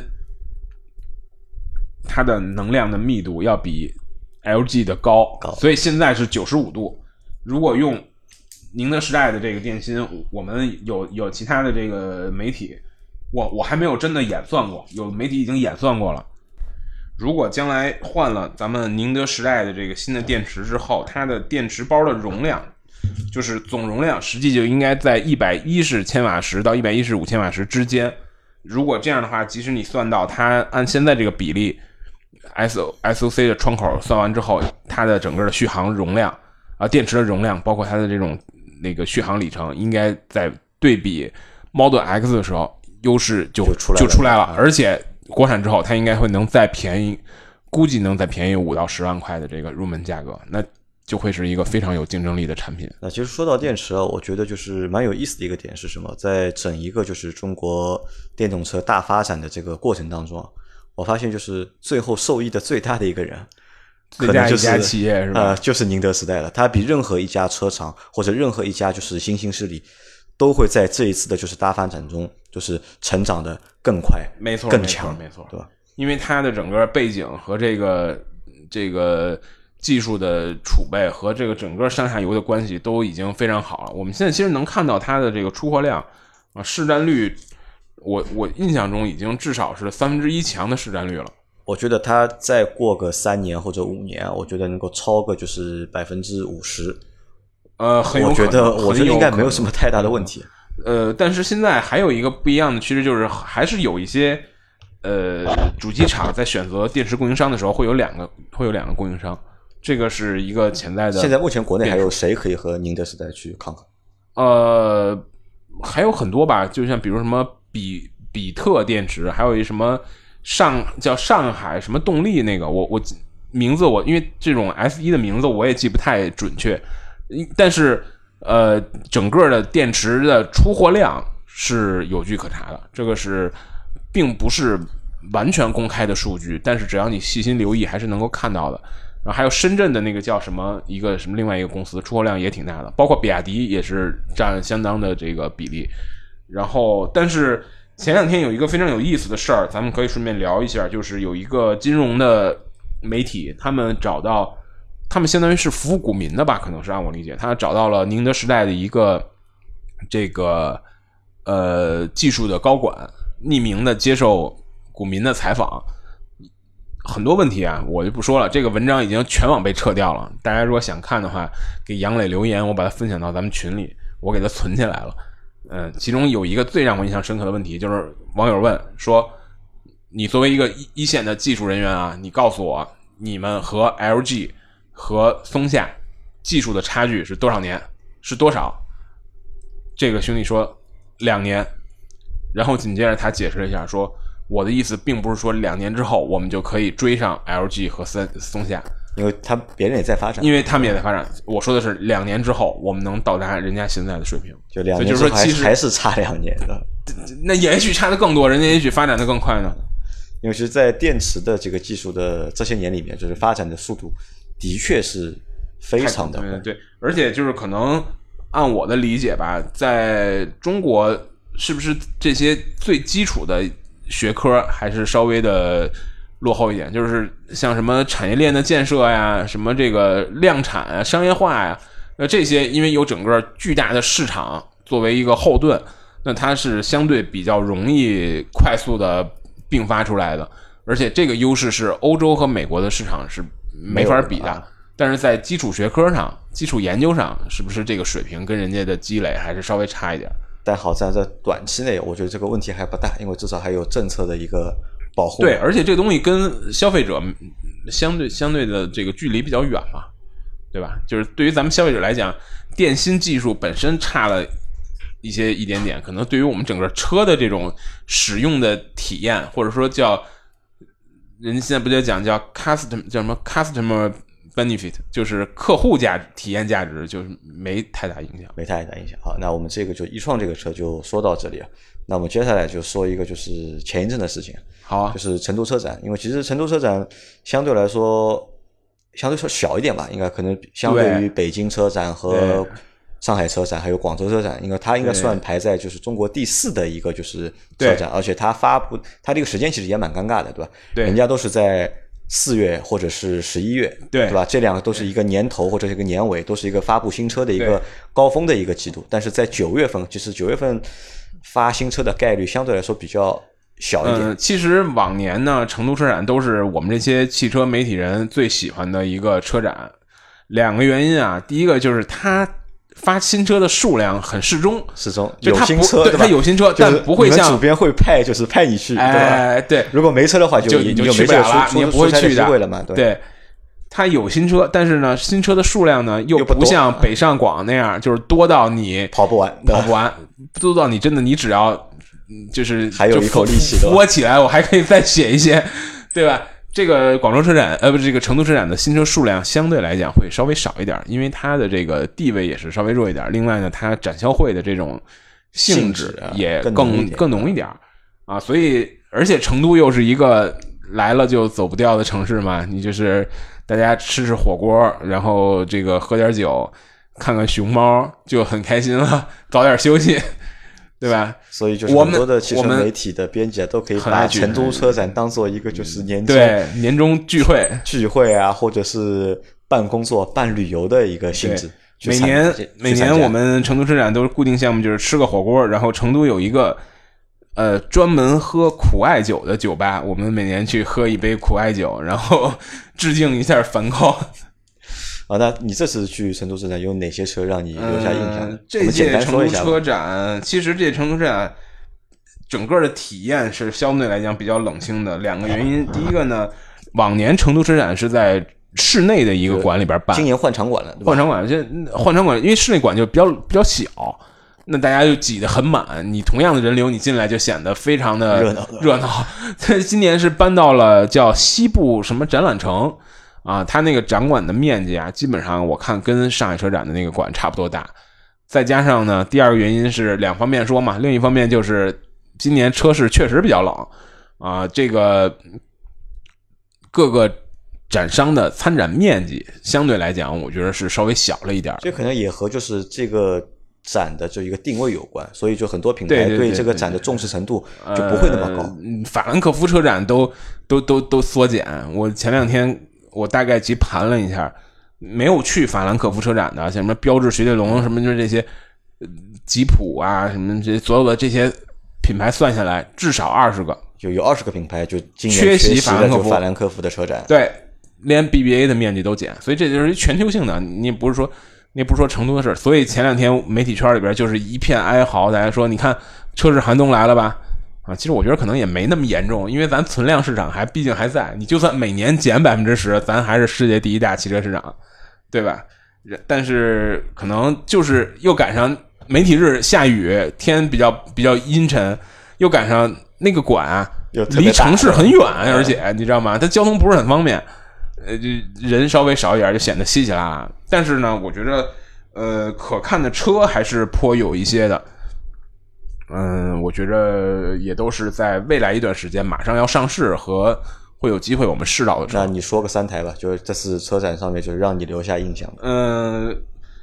它的能量的密度要比 LG 的高，所以现在是95度。如果用宁德时代的这个电芯，我们有其他的这个媒体，我还没有真的演算过，有媒体已经演算过了。如果将来换了咱们宁德时代的这个新的电池之后，它的电池包的容量，就是总容量，实际就应该在110千瓦时到115千瓦时之间。如果这样的话，即使你算到它按现在这个比例 SOC 的窗口算完之后，它的整个的续航容量电池的容量，包括它的这种那个续航里程，应该在对比 Model X 的时候优势就出来了。而且国产之后它应该会能再便宜，估计能再便宜5到10万块的这个入门价格，那就会是一个非常有竞争力的产品。 那其实说到电池我觉得就是蛮有意思的一个点是什么？在整一个就是中国电动车大发展的这个过程当中，我发现就是最后受益的最大的一个人，可能就是一家企业是吧？ 就是宁德时代了。它比任何一家车厂或者任何一家就是新兴势力都会在这一次的就是大发展中就是成长的更快， 没错， 更强， 没错， 对吧？ 因为它的整个背景和这个技术的储备和这个整个上下游的关系都已经非常好了。我们现在其实能看到它的这个出货量市占率，我印象中已经至少是1/3强的市占率了。 我觉得它再过个3年或者5年，我觉得能够超个就是50%。 很有可能， 我觉得应该没有什么太大的问题。 但是现在还有一个不一样的趋势，就是还是有一些主机厂在选择电池供应商的时候会有两个供应商，这个是一个潜在的。 现在目前国内还有谁可以和宁德时代去抗衡？ 还有很多吧，就像比如什么比特电池，还有一什么叫上海什么动力那个，我名字因为这种 S1 的名字我也记不太准确，但是整个的电池的出货量是有据可查的，这个并不是完全公开的数据，但是只要你细心留意还是能够看到的。然后还有深圳的那个叫什么另外一个公司出货量也挺大的，包括比亚迪也是占相当的这个比例。然后但是前两天有一个非常有意思的事儿，咱们可以顺便聊一下，就是有一个金融的媒体，他们相当于是服务股民的吧，可能是按我理解，他找到了宁德时代的一个这个技术的高管，匿名的接受股民的采访。很多问题我就不说了，这个文章已经全网被撤掉了，大家如果想看的话给杨磊留言，我把它分享到咱们群里，我给它存起来了。其中有一个最让我印象深刻的问题，就是网友问说，你作为一个一线的技术人员你告诉我你们和 LG 和松下技术的差距是多少年，是多少？这个兄弟说2年，然后紧接着他解释了一下说，我的意思并不是说2年之后我们就可以追上 LG 和松下， 因为别人也在发展， 因为他们也在发展。我说的是2年之后我们能到达人家现在的水平， 就2年之后还是差2年的。 那也许差的更多，人家也许发展的更快呢。 因为是在电池的这个技术的这些年里面，就是发展的速度的确是非常的混。 对，而且就是可能按我的理解吧，在中国是不是这些最基础的学科还是稍微的落后一点，就是像什么产业链的建设呀，什么这个量产啊、商业化呀，这些因为有整个巨大的市场作为一个后盾，那它是相对比较容易快速的并发出来的，而且这个优势是欧洲和美国的市场是没法比的。但是在基础学科上、基础研究上，是不是这个水平跟人家的积累还是稍微差一点？ 但好在在短期内，我觉得这个问题还不大，因为至少还有政策的一个保护。 对，而且这个东西跟消费者相对的这个距离比较远嘛，对吧？就是对于咱们消费者来讲，电芯技术本身差了一点点，可能对于我们整个车的这种使用的体验，或者说叫人家现在不就讲叫 customer benefit， 就是客户体验价值，就是没太大影响。 好，那我们这个就一创这个车就说到这里了。那我们接下来就说一个就是前一阵的事情， 好啊， 就是成都车展。因为其实成都车展相对来说小一点吧，应该可能相对于北京车展和上海车展还有广州车展，因为它应该算排在就是中国第4的一个就是车展，而且它这个时间其实也蛮尴尬的，对吧？对，人家都是在4月或者是11月，对吧？这两个都是一个年头或者是一个年尾，都是一个发布新车的一个高峰的一个季度。但是在9月份，其实9月份发新车的概率相对来说比较小一点。 其实往年呢，成都车展都是我们这些汽车媒体人最喜欢的一个车展。2个原因啊，第一个就是它发新车的数量很适中， 有新车，对吧？ 它有新车，但不会像主编会派你去，对吧？ 对， 如果没车的话， 你就去不了了，你也不会去的， 了嘛？ 对，它有新车，但是呢，新车的数量呢又不像北上广那样，就是多到你跑不完， 多到你真的你只要就是还有一口力气窝起来，我还可以再写一些，对吧？这个广州车展不是这个成都车展的新车数量相对来讲会稍微少一点，因为它的这个地位也是稍微弱一点。另外呢，它展销会的这种性质也更浓一点啊，所以而且成都又是一个来了就走不掉的城市嘛，你就是大家吃火锅，然后这个喝点酒，看看熊猫就很开心了，早点休息。对吧？ 所以就是很多的汽车媒体的编辑都可以把成都车展当做一个就是年终聚会啊，或者是办工作、办旅游的一个性质。 每年我们成都车展都是固定项目，就是吃个火锅，然后成都有一个专门喝苦艾酒的酒吧，我们每年去喝一杯苦艾酒，然后致敬一下梵高。 那你这次去成都车展有哪些车让你留下印象？ 这届成都车展，其实这届成都车展整个的体验是相对来讲比较冷清的。2个原因，第一个呢，往年成都车展是在室内的一个馆里边办， 今年换场馆了，对吧？ 换场馆，因为室内馆就比较小，那大家就挤得很满，你同样的人流，你进来就显得非常的热闹。今年是搬到了叫西部什么展览城。啊，它那个展馆的面积啊，基本上我看跟上海车展的那个馆差不多大。再加上呢，第2个原因是2方面说嘛，另一方面就是今年车市确实比较冷啊，这个各个展商的参展面积相对来讲，我觉得是稍微小了一点。 这可能也和就是这个展的这一个定位有关，所以就很多品牌对这个展的重视程度就不会那么高。 法兰克福车展都缩减。我前2天我大概盘了一下，没有去法兰克福车展的，像什么标致、雪铁龙什么就是这些吉普啊，什么这所有的这些品牌算下来，至少20个， 就有20个品牌就今年缺席法兰克福的车展。 对，连 BBA 的面积都减，所以这就是全球性的，你也不是说成都的事。所以前2天媒体圈里边就是一片哀嚎，大家说你看车市寒冬来了吧？啊，其实我觉得可能也没那么严重，因为咱存量市场毕竟还在，你就算每年减10%，咱还是世界第1大汽车市场，对吧？但是可能就是又赶上媒体日下雨，天比较阴沉，又赶上那个馆啊，离城市很远，而且你知道吗？它交通不是很方便，就人稍微少一点就显得稀稀拉拉。但是呢，我觉得可看的车还是颇有一些的。我觉着也都是在未来一段时间马上要上市和会有机会我们试到的车。 那你说个3台吧，就是这次车展上面就是让你留下印象的。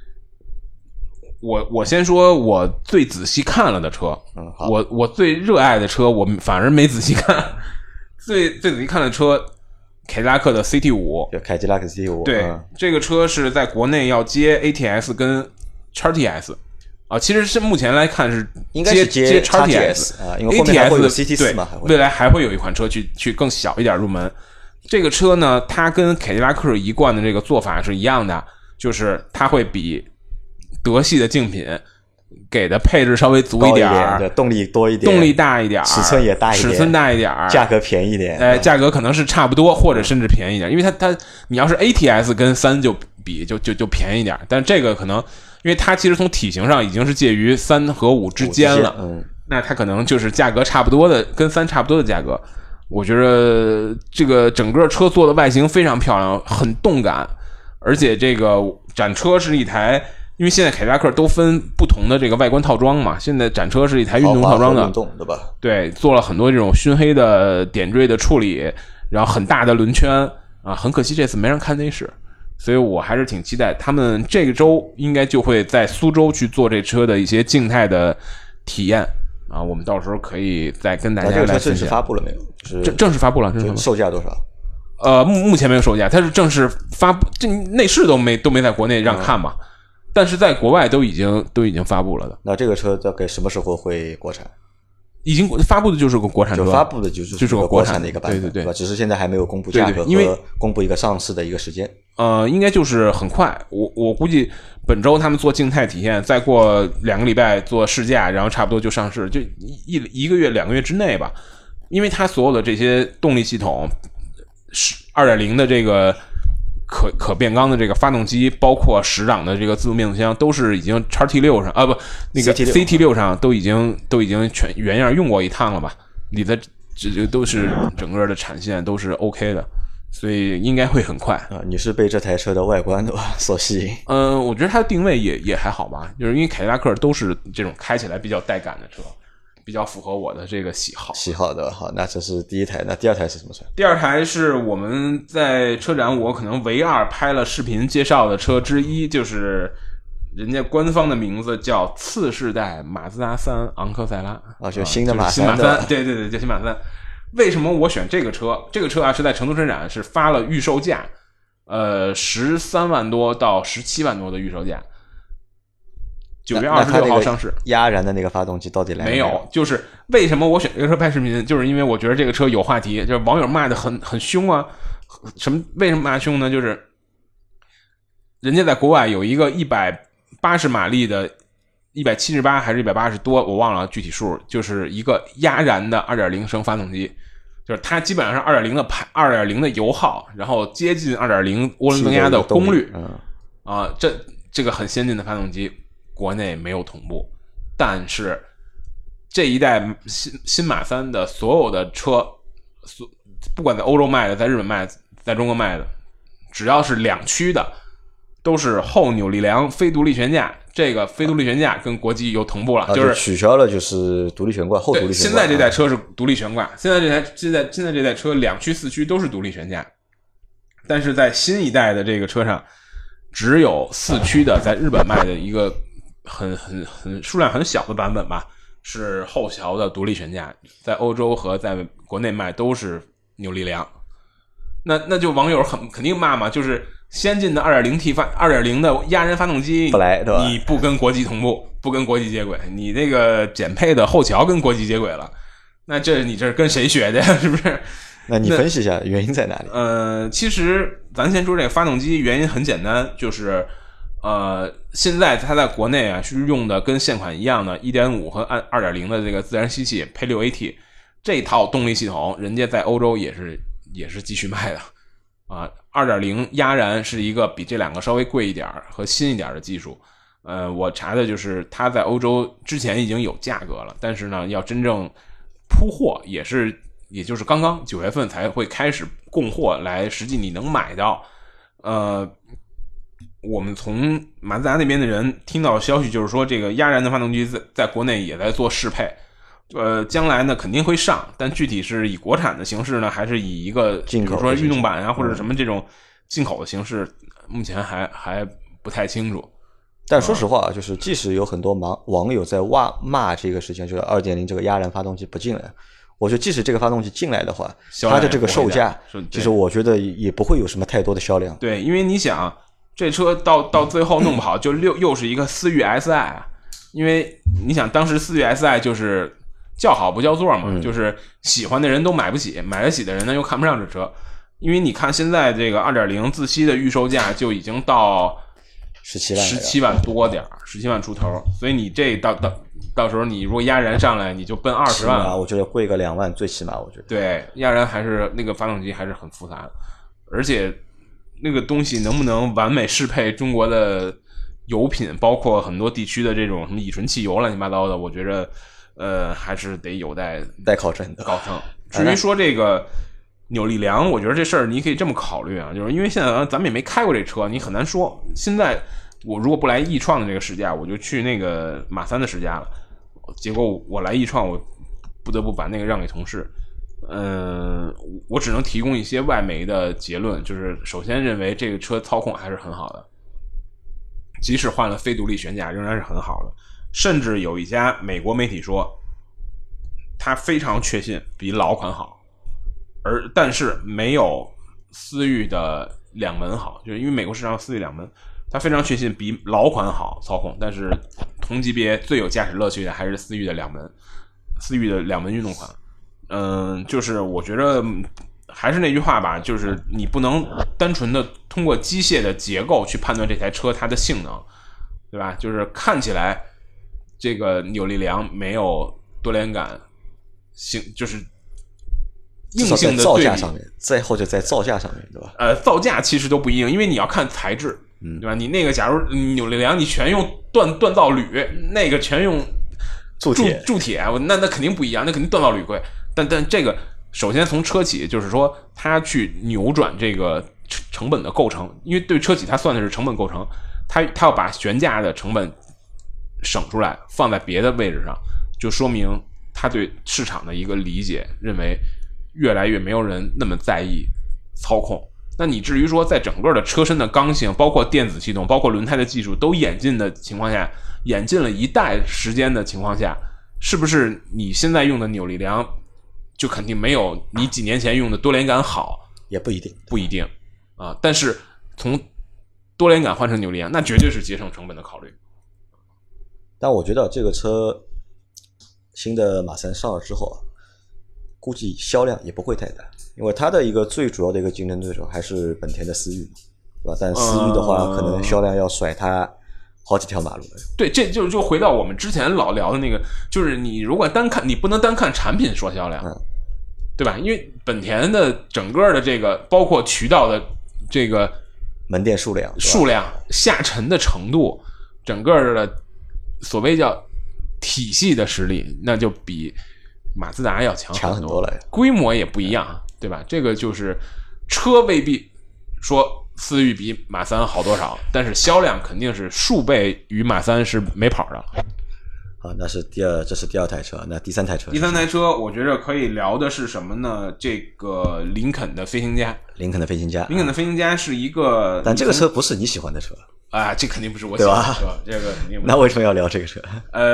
我先说我最仔细看了的车， 好， 我最热爱的车我反而没仔细看，最仔细看的车，凯迪拉克的 CT5， 对，凯迪拉克 CT5， 对，这个车是在国内要接 ATS 跟 XTS 啊，其实是目前来看是应该是接 XTS 啊，因为后面还会有 CT4 嘛， 未来还会有一款车去更小一点入门。这个车呢，它跟凯迪拉克一贯的这个做法是一样的，就是它会比德系的竞品给的配置稍微足一点， 对，动力多一点， 动力大一点， 尺寸也大一点， 尺寸大一点， 价格便宜一点， 价格可能是差不多或者甚至便宜一点，因为它你要是 ATS 跟3就比就便宜一点，但这个可能因为它其实从体型上已经是介于3和5之间了，那它可能就是价格差不多的，跟3差不多的价格。我觉得这个整个车做的外形非常漂亮，很动感，而且这个展车是一台。因为现在凯迪拉克都分不同的这个外观套装嘛，现在展车是一台运动套装的， 运动对吧？ 对，做了很多这种熏黑的点缀的处理，然后很大的轮圈啊，很可惜这次没人看内饰，所以我还是挺期待他们这个周应该就会在苏州去做这车的一些静态的体验啊，我们到时候可以再跟大家来分享。 这个车正式发布了没有？ 正式发布了， 售价多少？ 目前没有售价，它是正式发布，这内饰都没在国内让看嘛。但是在国外都已经发布了的。 那这个车大概什么时候会国产？ 已经发布的就是个国产车， 就发布的就是个国产的一个版本， 对， 只是现在还没有公布价格和公布一个上市的一个时间。 应该就是很快，我估计本周他们做静态体验，再过2个礼拜做试驾，然后差不多就上市，就一个月2个月之内吧。因为它所有的这些动力系统，2.0 的这个。可变缸的这个发动机，包括10档的这个自动变速箱，都是已经 XT6 上那个 CT6 上都已经全原样用过一趟了吧？里的这都是整个的产线都是 OK 的，所以应该会很快啊。你是被这台车的外观的吧所吸引？ 我觉得它的定位也还好吧，就是因为凯迪拉克都是这种开起来比较带感的车。比较符合我的这个喜好的。好，那这是第一台，那第二台是什么车？ 第二台是我们在车展我可能唯二拍了视频介绍的车之一，就是人家官方的名字叫次世代马自达3昂科赛拉啊，就新的马 3，对，叫新马3。为什么我选这个车？这个车啊是在成都车展是发了预售价，13万多到17万多的预售价。9月26号上市。 压燃的那个发动机到底来没有？就是为什么我选这个车拍视频，就是因为我觉得这个车有话题，就是网友骂的很凶啊。为什么骂凶呢？就是人家在国外有一个180马力的178还是180多，我忘了具体数，就是一个压燃的 2.0 升发动机，就是它基本上是 2.0 的油耗，然后接近 2.0 涡轮增压的功率这个很先进的发动机国内没有同步，但是这一代新马3的所有的车，不管在欧洲卖的，在日本卖的，在中国卖的，只要是2驱的，都是后扭力梁非独立悬架。这个非独立悬架跟国际又同步了， 就是取消了就是独立悬挂，后独立悬挂。 现在这代车是独立悬挂，现在这代车2驱4驱都是独立悬架，但是在新一代的这个车上，只有4驱的，在日本卖的一个很数量很小的版本吧，是后桥的独立悬架，在欧洲和在国内卖都是扭力梁。那就网友肯定骂嘛，就是先进的 2.0 的压燃发动机不来，对吧？ 你不跟国际同步，不跟国际接轨，你这个减配的后桥跟国际接轨了，那你这是跟谁学的呀？是不是？ 那你分析一下原因在哪里？ 其实咱先说这个发动机原因很简单，就是现在它在国内啊是用的跟现款一样的 1.5 和 2.0 的这个自然吸气配 6AT 这套动力系统，人家在欧洲也是继续卖的啊。2.0 压燃是一个比这两个稍微贵一点和新一点的技术。我查的就是它在欧洲之前已经有价格了，但是呢要真正铺货也就是刚刚9月份才会开始供货来，实际你能买到。我们从马自达那边的人听到的消息就是说，这个压燃的发动机在国内也在做适配， 将来呢肯定会上，但具体是以国产的形式呢，还是以一个比如说运动版啊或者什么这种进口的形式，目前还不太清楚。 但说实话，就是即使有很多网友在骂这个事情，就是 2.0 这个压燃发动机不进来，我觉得即使这个发动机进来的话，它的这个售价，其实我觉得也不会有什么太多的销量。 对，因为你想，这车到最后弄不好就又是一个思域 SI 啊，因为你想当时思域 SI 就是叫好不叫座嘛，就是喜欢的人都买不起，买得起的人呢又看不上这车。因为你看现在这个 2.0 自吸的预售价就已经到17万多点，17万出头，所以你这到时候你如果压燃上来，你就奔20万了。 我觉得贵个2万最起码，我觉得对，压燃还是那个发动机还是很复杂的，而且那个东西能不能完美适配中国的油品，包括很多地区的这种什么乙醇汽油乱七八糟的，我觉着还是得有待考证的。 至于说这个扭力梁，我觉得这事儿你可以这么考虑啊，就是因为现在咱们也没开过这车，你很难说。现在我如果不来易创的这个试驾，我就去那个马3的试驾了。结果我来易创，我不得不把那个让给同事。我只能提供一些外媒的结论，就是首先认为这个车操控还是很好的，即使换了非独立悬架仍然是很好的。甚至有一家美国媒体说，他非常确信比老款好。但是没有思域的两门好，就是因为美国市场思域两门，他非常确信比老款好操控，但是同级别最有驾驶乐趣的还是思域的两门运动款。就是我觉得还是那句话吧，就是你不能单纯的通过机械的结构去判断这台车它的性能，对吧？就是看起来这个扭力梁没有多连杆就是硬性的造价上面，再或者在造价上面，对吧？ 造价其实都不一定，因为你要看材质，对吧？你那个假如扭力梁你全用锻造铝，那个全用铸铁，那肯定不一样，那肯定锻造铝贵。但这个首先从车企，就是说它去扭转这个成本的构成，因为对车企它算的是成本构成，它要把悬架的成本省出来放在别的位置上，就说明它对市场的一个理解，认为越来越没有人那么在意操控。那你至于说在整个的车身的刚性，包括电子系统，包括轮胎的技术都演进的情况下，演进了一代时间的情况下，是不是你现在用的扭力梁就肯定没有你几年前用的多连杆好？ 也不一定啊。但是从多连杆换成扭力梁，那绝对是节省成本的考虑。 但我觉得这个车新的马3上了之后，估计销量也不会太大，因为它的一个最主要的一个竞争对手还是本田的思域，对吧？但思域的话，可能销量要甩它好几条马路了。 对，这就回到我们之前老聊的那个，就是你如果你不能单看产品说销量，对吧？因为本田的整个的这个包括渠道的这个门店数量下沉的程度，整个的所谓叫体系的实力，那就比马自达要强很多了， 规模也不一样，对吧？这个就是车未必说思域比马3好多少，但是销量肯定是数倍于马3是没跑的。 好，这是第二台车，那第三台车我觉得可以聊的是什么呢？这个林肯的飞行家。林肯的飞行家是一个， 但这个车不是你喜欢的车啊，这肯定不是我喜欢的车，这个肯定不是。 那为什么要聊这个车？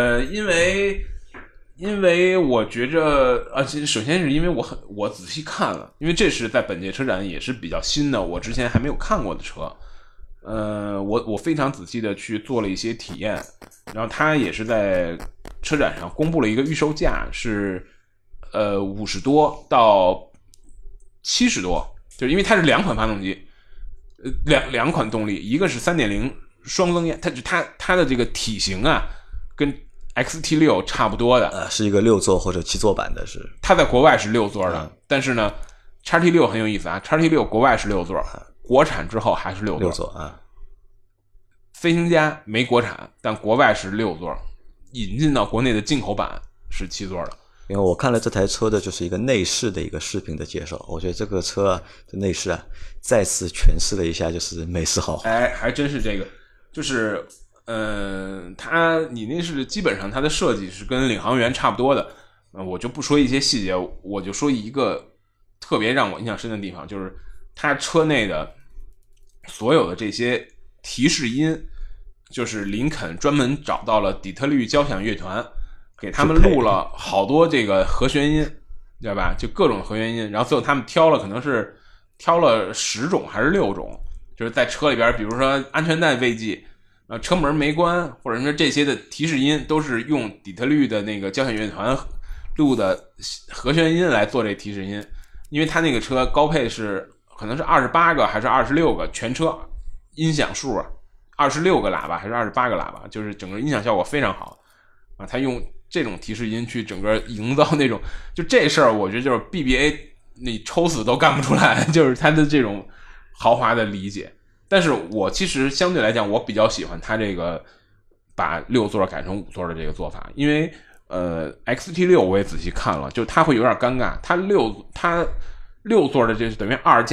因为我觉着首先是因为我仔细看了，因为这是在本届车展也是比较新的，我之前还没有看过的车。我非常仔细的去做了一些体验，然后它也是在车展上公布了一个预售价，是50多到70多，就是因为它是两款发动机，两款动力，一个是 3.0 双增压，它的这个体型啊跟 XT6 差不多的， 是一个6座或者7座版的，是它在国外是6座的，但是呢 XT6 很有意思啊， XT6 国外是6座，国产之后还是6座啊。 飞行家没国产，但国外是6座，引进到国内的进口版是7座的。 因为我看了这台车的就是一个内饰的一个视频的介绍，我觉得这个车的内饰再次诠释了一下就是美式豪华。 还真是这个，就是你内饰基本上它的设计是跟领航员差不多的， 我就不说一些细节，我就说一个特别让我印象深的地方，就是它车内的所有的这些提示音，就是林肯专门找到了底特律交响乐团，给他们录了好多这个和弦音，对吧？就各种和弦音，然后最后他们挑了10种还是6种，就是在车里边，比如说安全带未系，车门没关，或者说这些的提示音都是用底特律的那个交响乐团录的和弦音来做这提示音，因为他那个车高配是可能是28个还是26个全车音响数26个喇叭还是28个喇叭，就是整个音响效果非常好啊。他用这种提示音去整个营造那种，就这事儿我觉得就是 BBA 你抽死都干不出来，就是他的这种豪华的理解。但是我其实相对来讲我比较喜欢他这个把6座改成5座的这个做法，因为XT6 我也仔细看了，就它会有点尴尬，它6座的这是等于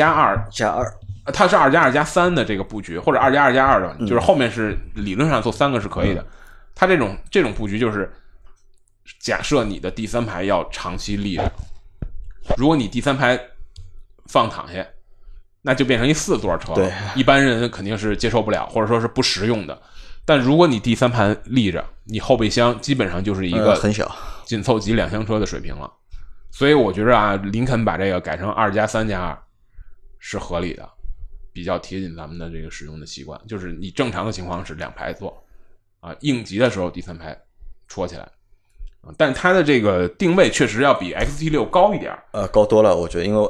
2+2+2，它是2+2+3的这个布局，或者2+2+2的，就是后面是理论上做3个是可以的。它这种布局就是假设你的第3排要长期立着，如果你第3排放躺下，那就变成一4座车了，一般人肯定是接受不了，或者说是不实用的。但如果你第3排立着，你后备箱基本上就是一个很小紧凑级2厢车的水平了。所以我觉得啊，林肯把这个改成2+3+2是合理的，比较贴近咱们的这个使用的习惯。就是你正常的情况是2排坐啊，应急的时候第3排戳起来。但它的这个定位确实要比 XT6 高一点， 高多了，我觉得，因为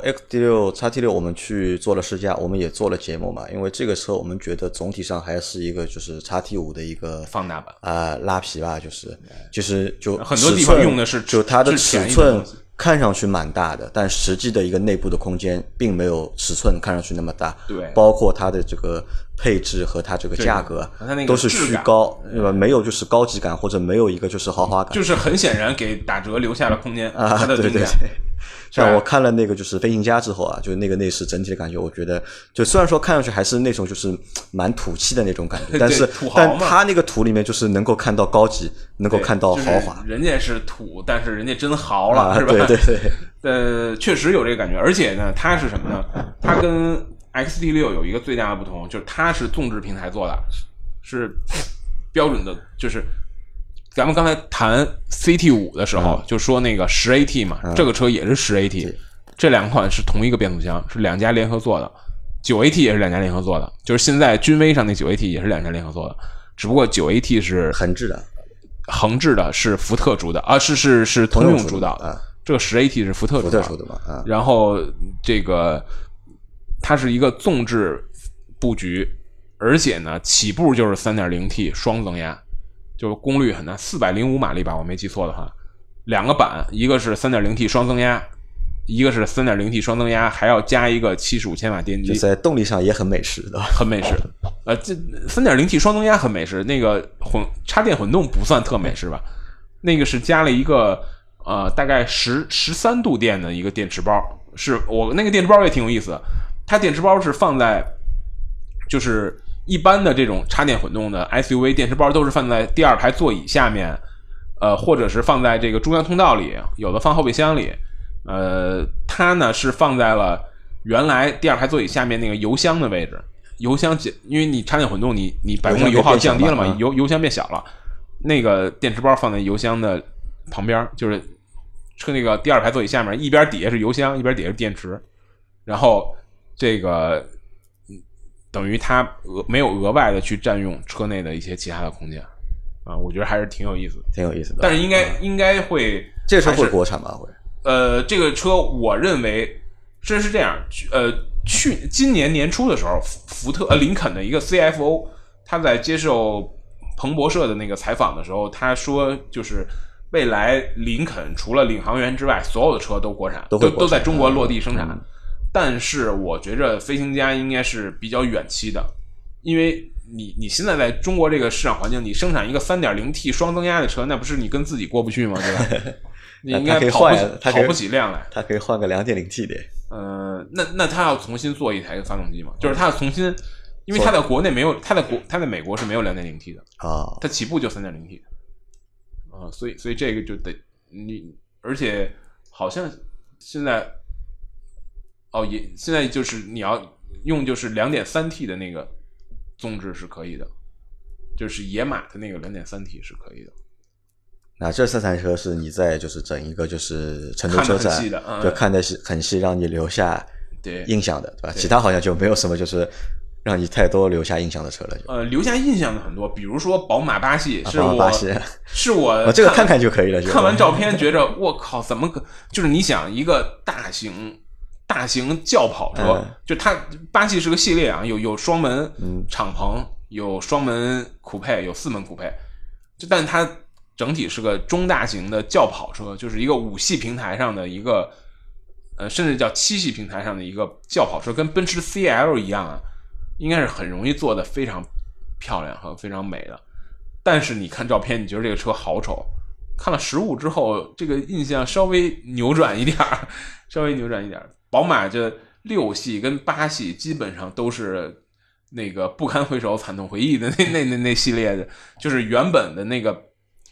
XT6 我们去做了试驾，我们也做了节目嘛，因为这个车我们觉得总体上还是一个就是 XT5 的一个放大版拉皮吧，就是就很多地方用的是就它的尺寸看上去蛮大的，但实际的一个内部的空间并没有尺寸看上去那么大， 对， 包括它的这个配置和它这个价格都是虚高，对吧？没有就是高级感，或者没有一个就是豪华感， 就是很显然给打折留下了空间它的定价。 对。像我看了那个就是飞行家之后啊，就那个内饰整体的感觉，我觉得就虽然说看上去还是那种就是蛮土气的那种感觉，但它那个土里面就是能够看到高级，能够看到豪华。 就是、人家是土，但是人家真豪了，是吧？ 对。 确实有这个感觉，而且呢，它是什么呢？它跟 XT6 有一个最大的不同，就是它是纵置平台做的，是标准的，就是咱们刚才谈 CT5 的时候，就说那个10AT 嘛，这个车也是10AT，这2款是同一个变速箱，是2家联合做的。9AT 也是2家联合做的，就是现在君威上那 9AT 也是2家联合做的，只不过 9AT 是横置的是福特主导啊，是通用主导的。这个10AT 是福特主导的嘛， 然后这个它是一个纵置布局，而且呢起步就是 3.0T 双增压，就是功率很大，405马力吧，我没记错的话，2个版，一个是 3.0T 双增压，一个是 3.0T 双增压，还要加一个75千瓦电机， 在动力上也很美式的， 很美式。这 3.0T 双增压很美式，那个插电混动不算特美式吧？那个是加了一个大概13度电的一个电池包，是我那个电池包也挺有意思的，它电池包是放在就是一般的这种插电混动的 SUV 电池包都是放在第2排座椅下面，或者是放在这个中央通道里，有的放后备箱里，它呢是放在了原来第2排座椅下面那个油箱的位置。油箱因为你插电混动你百公里油耗降低了嘛，油箱变小了，那个电池包放在油箱的旁边，就是车那个第2排座椅下面，一边底下是油箱，一边底下是电池，然后这个等于它没有额外的去占用车内的一些其他的空间啊，我觉得还是挺有意思的。但是应该会这个车会国产吗？会？ 这个车我认为是这样，今年年初的时候，林肯的一个 CFO 他在接受彭博社的那个采访的时候，他说就是未来林肯除了领航员之外，所有的车都国产，都在中国落地生产。但是我觉着飞行家应该是比较远期的，因为你现在在中国这个市场环境，你生产一个 3.0T 双增压的车，那不是你跟自己过不去吗？对吧？你应该跑不起量来。 他可以换个 2.0T 的。 那他要重新做一台发动机嘛？就是他要重新，因为他在国内没有，他在美国是没有 2.0T 的啊，他起步就 3.0T 啊，所以这个就得而且好像现在现在就是你要用就是 2.3T 的那个纵置是可以的，就是野马的那个 2.3T 是可以的。 那这3台车是你在就是整一个就是成都车展就看得很细，让你留下印象的，对吧？其他好像就没有什么就是让你太多留下印象的车了。 留下印象的很多，比如说宝马8系，是我这个看看就可以了。 看完照片觉着我靠，怎么就是你想一个大型轿跑车，就它8系是个系列啊，有双门敞篷，有双门酷配，有4门酷配，但它整体是个中大型的轿跑车，就是一个5系平台上的一个甚至叫7系平台上的一个轿跑车，跟奔驰 CL 一样啊，应该是很容易做的非常漂亮和非常美的。但是你看照片，你觉得这个车好丑，看了15之后，这个印象稍微扭转一点。宝马这6系跟8系基本上都是那个不堪回首惨痛回忆的那系列的，就是原本的那个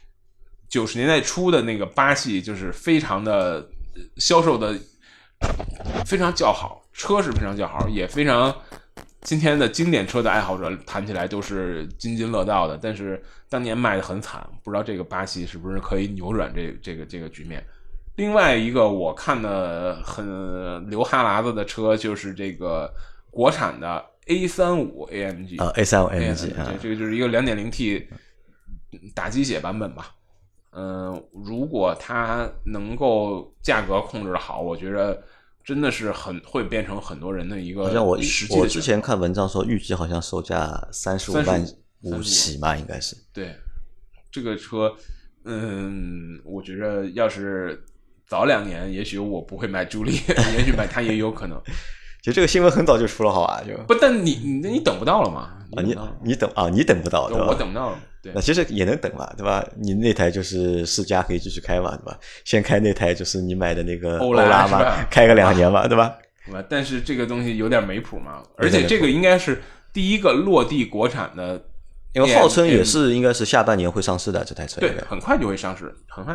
90年代初的那个8系，就是非常的销售的非常叫好，车是非常叫好，也非常今天的经典车的爱好者谈起来都是津津乐道的，但是当年卖的很惨，不知道这个8系是不是可以扭转这个局面。另外一个我看的很流哈喇子的车就是这个国产的 A35 AMG A35 AMG 这个就是一个 2.0T 打鸡血版本吧。如果它能够价格控制的好，我觉得真的是会变成很多人的一个好像我之前看文章说预计好像售价35万5起嘛，应该是。 对，这个车我觉得要是早2年，也许我不会买朱莉，也许买它也有可能。 其实这个新闻很早就出了，好吧？ 但你等不到了嘛？ 你等不到，对吧？ 我等不到了。对， 那其实也能等嘛，对吧？你那台就是试驾可以继续开嘛，对吧？先开那台就是你买的那个欧拉嘛，开个2年嘛，对吧？ 但是这个东西有点没谱嘛，而且这个应该是第一个落地国产的， 因为号称也是应该是下半年会上市的这台车。 对，很快就会上市。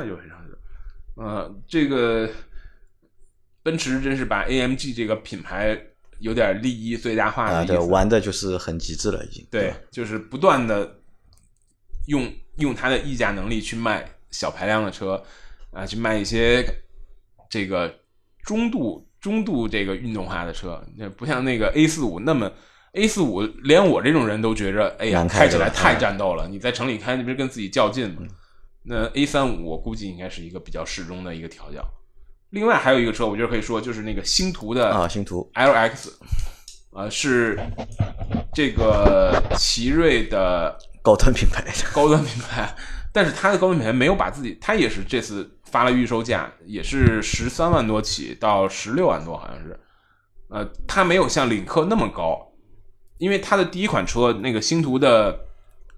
这个奔驰真是把 AMG 这个品牌有点利益最大化的意思， 对，玩的就是很极致了已经。 对，就是不断的用它的溢价能力去卖小排量的车啊，去卖一些这个中度这个运动化的车，不像那个 A45 那么 A45 连我这种人都觉着哎呀开起来太战斗了，你在城里开那不是跟自己较劲吗？那 A35 我估计应该是一个比较适中的一个调教。另外还有一个车我觉得可以说就是那个星途的星途 LX 是这个奇瑞的高端品牌， 但是它的高端品牌没有把自己，它也是这次发了预售价，也是13万多起到16万多好像是，它没有像领克那么高，因为它的第一款车那个星途的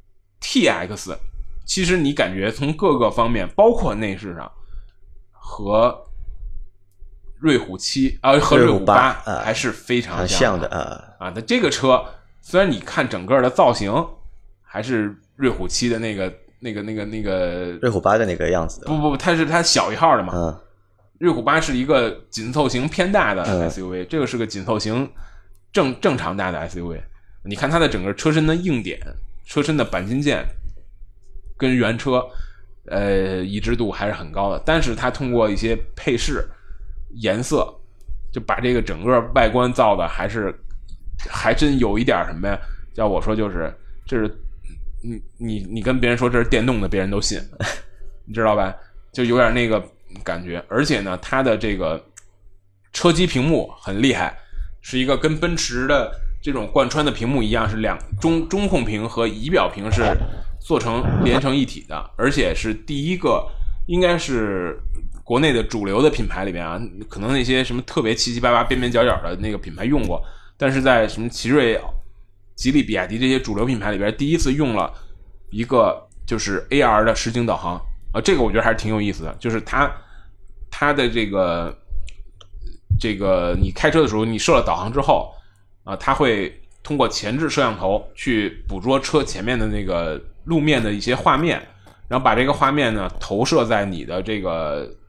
TX， 其实你感觉从各个方面，包括内饰上和瑞虎7和瑞虎8还是非常像的那这个车虽然你看整个的造型还是瑞虎7的那个瑞虎8的那个样子的， 不，它小一号的嘛。瑞虎8是一个紧凑型偏大的 SUV，这个是个紧凑型正常大的 SUV。你看它的整个车身的硬点、车身的钣金件跟原车一致度还是很高的，但是它通过一些配饰、颜色，就把这个整个外观造的还真有一点什么呀？叫我说就是这是。你跟别人说这是电动的，别人都信，你知道吧？就有点那个感觉。而且呢，它的这个车机屏幕很厉害，是一个跟奔驰的这种贯穿的屏幕一样，是中控屏和仪表屏是连成一体的，而且是第一个，应该是国内的主流的品牌里边啊，可能那些什么特别七七八八、边边角角的那个品牌用过，但是在什么奇瑞、吉利、比亚迪这些主流品牌里边第一次用了一个就是 AR 的实景导航这个我觉得还是挺有意思的，就是它的这个你开车的时候你设了导航之后它会通过前置摄像头去捕捉车前面的那个路面的一些画面，然后把这个画面呢投射在你的这个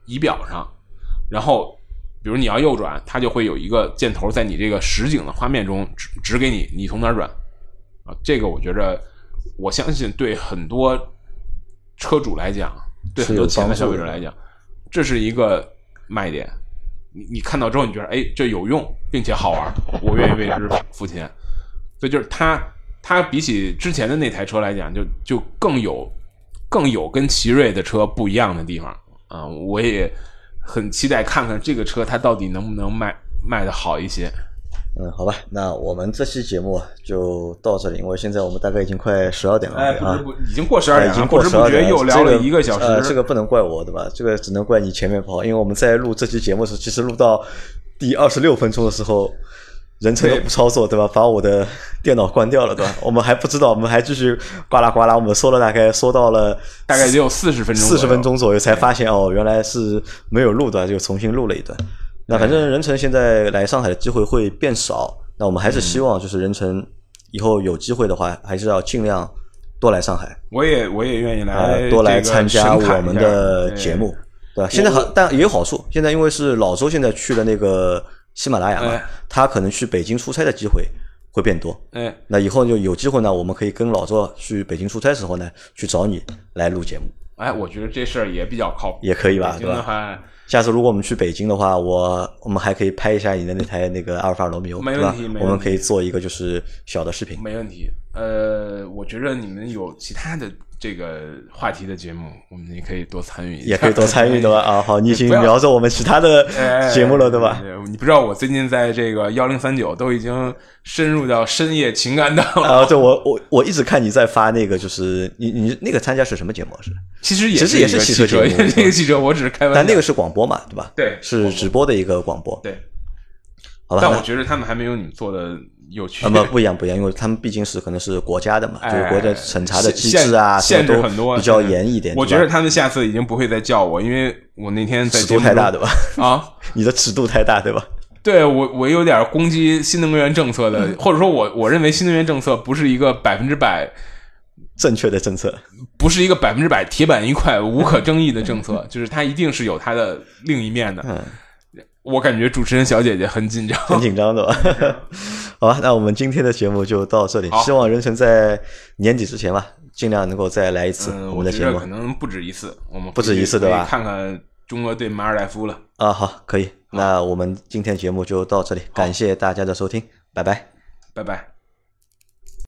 仪表上，然后比如你要右转，它就会有一个箭头在你这个实景的画面中指给你，你从哪儿转啊？这个我相信对很多车主来讲，对很多潜在消费者来讲，这是一个卖点。你看到之后，你觉得哎，这有用，并且好玩，我愿意为之付钱。所以就是它比起之前的那台车来讲，就更有跟奇瑞的车不一样的地方啊！我也很期待看看这个车它到底能不能卖得好一些。 好吧，那我们这期节目就到这里，因为现在我们大概已经快12点了， 已经过12点了， 已经过12点了， 不知不觉又聊了1个小时。 这个不能怪我，对吧？这个只能怪你前面不好，因为我们在录这期节目的时候，其实录到第26分钟的时候，人车都不操作，对吧？把我的电脑关掉了，对吧？我们还不知道，我们还继续呱啦呱啦，我们说到了大概就有40分钟左右，才发现原来是没有录的，就重新录了一段。那反正人成现在来上海的机会会变少，那我们还是希望就是人成以后有机会的话，还是要尽量多来上海。 我也愿意来， 多来参加我们的节目，对吧？现在但也有好处，现在因为是老周现在去了那个喜马拉雅嘛，他可能去北京出差的机会会变多。那以后就有机会呢，我们可以跟老周去北京出差的时候呢，去找你来录节目。 我觉得这事儿也比较靠谱， 也可以吧，对吧？下次如果我们去北京的话，我们还可以拍一下你的那台那个阿尔法罗密欧， 没问题， 我们可以做一个就是小的视频， 没问题。我觉得你们有其他的这个话题的节目，我们也可以多参与一下， 也可以多参与的吧？好，你已经聊着我们其他的节目了，对吧？ 你不知道我最近在这个1039都已经深入到深夜情感档了。 对，我一直看你在发那个，就是你那个参加是什么节目？ 其实也是汽车节目， 那个汽车我只是开玩笑， 但那个是广播嘛，对吧？ 对， 是直播的一个广播。 对， 好吧。 但我觉得他们还没有你们做的有趣。 不一样，因为他们毕竟是可能是国家的嘛，就是国家审查的机制限制很多， 比较严一点。 我觉得他们下次已经不会再叫我，因为我那天在尺度太大，对吧？你的尺度太大，对吧？ 对，我有点攻击新能源政策的，或者说我认为新能源政策不是一个100% 正确的政策， 不是一个100%铁板一块无可争议的政策，就是它一定是有它的另一面的。我感觉主持人小姐姐很紧张， 的吧？好吧，那我们今天的节目就到这里，希望人成在年底之前吧，尽量能够再来一次我们的节目。 我觉得可能不止一次，我们不止一次对吧？ 看看中俄对马尔代夫了。 好，可以。那我们今天节目就到这里，感谢大家的收听，拜拜， 拜拜。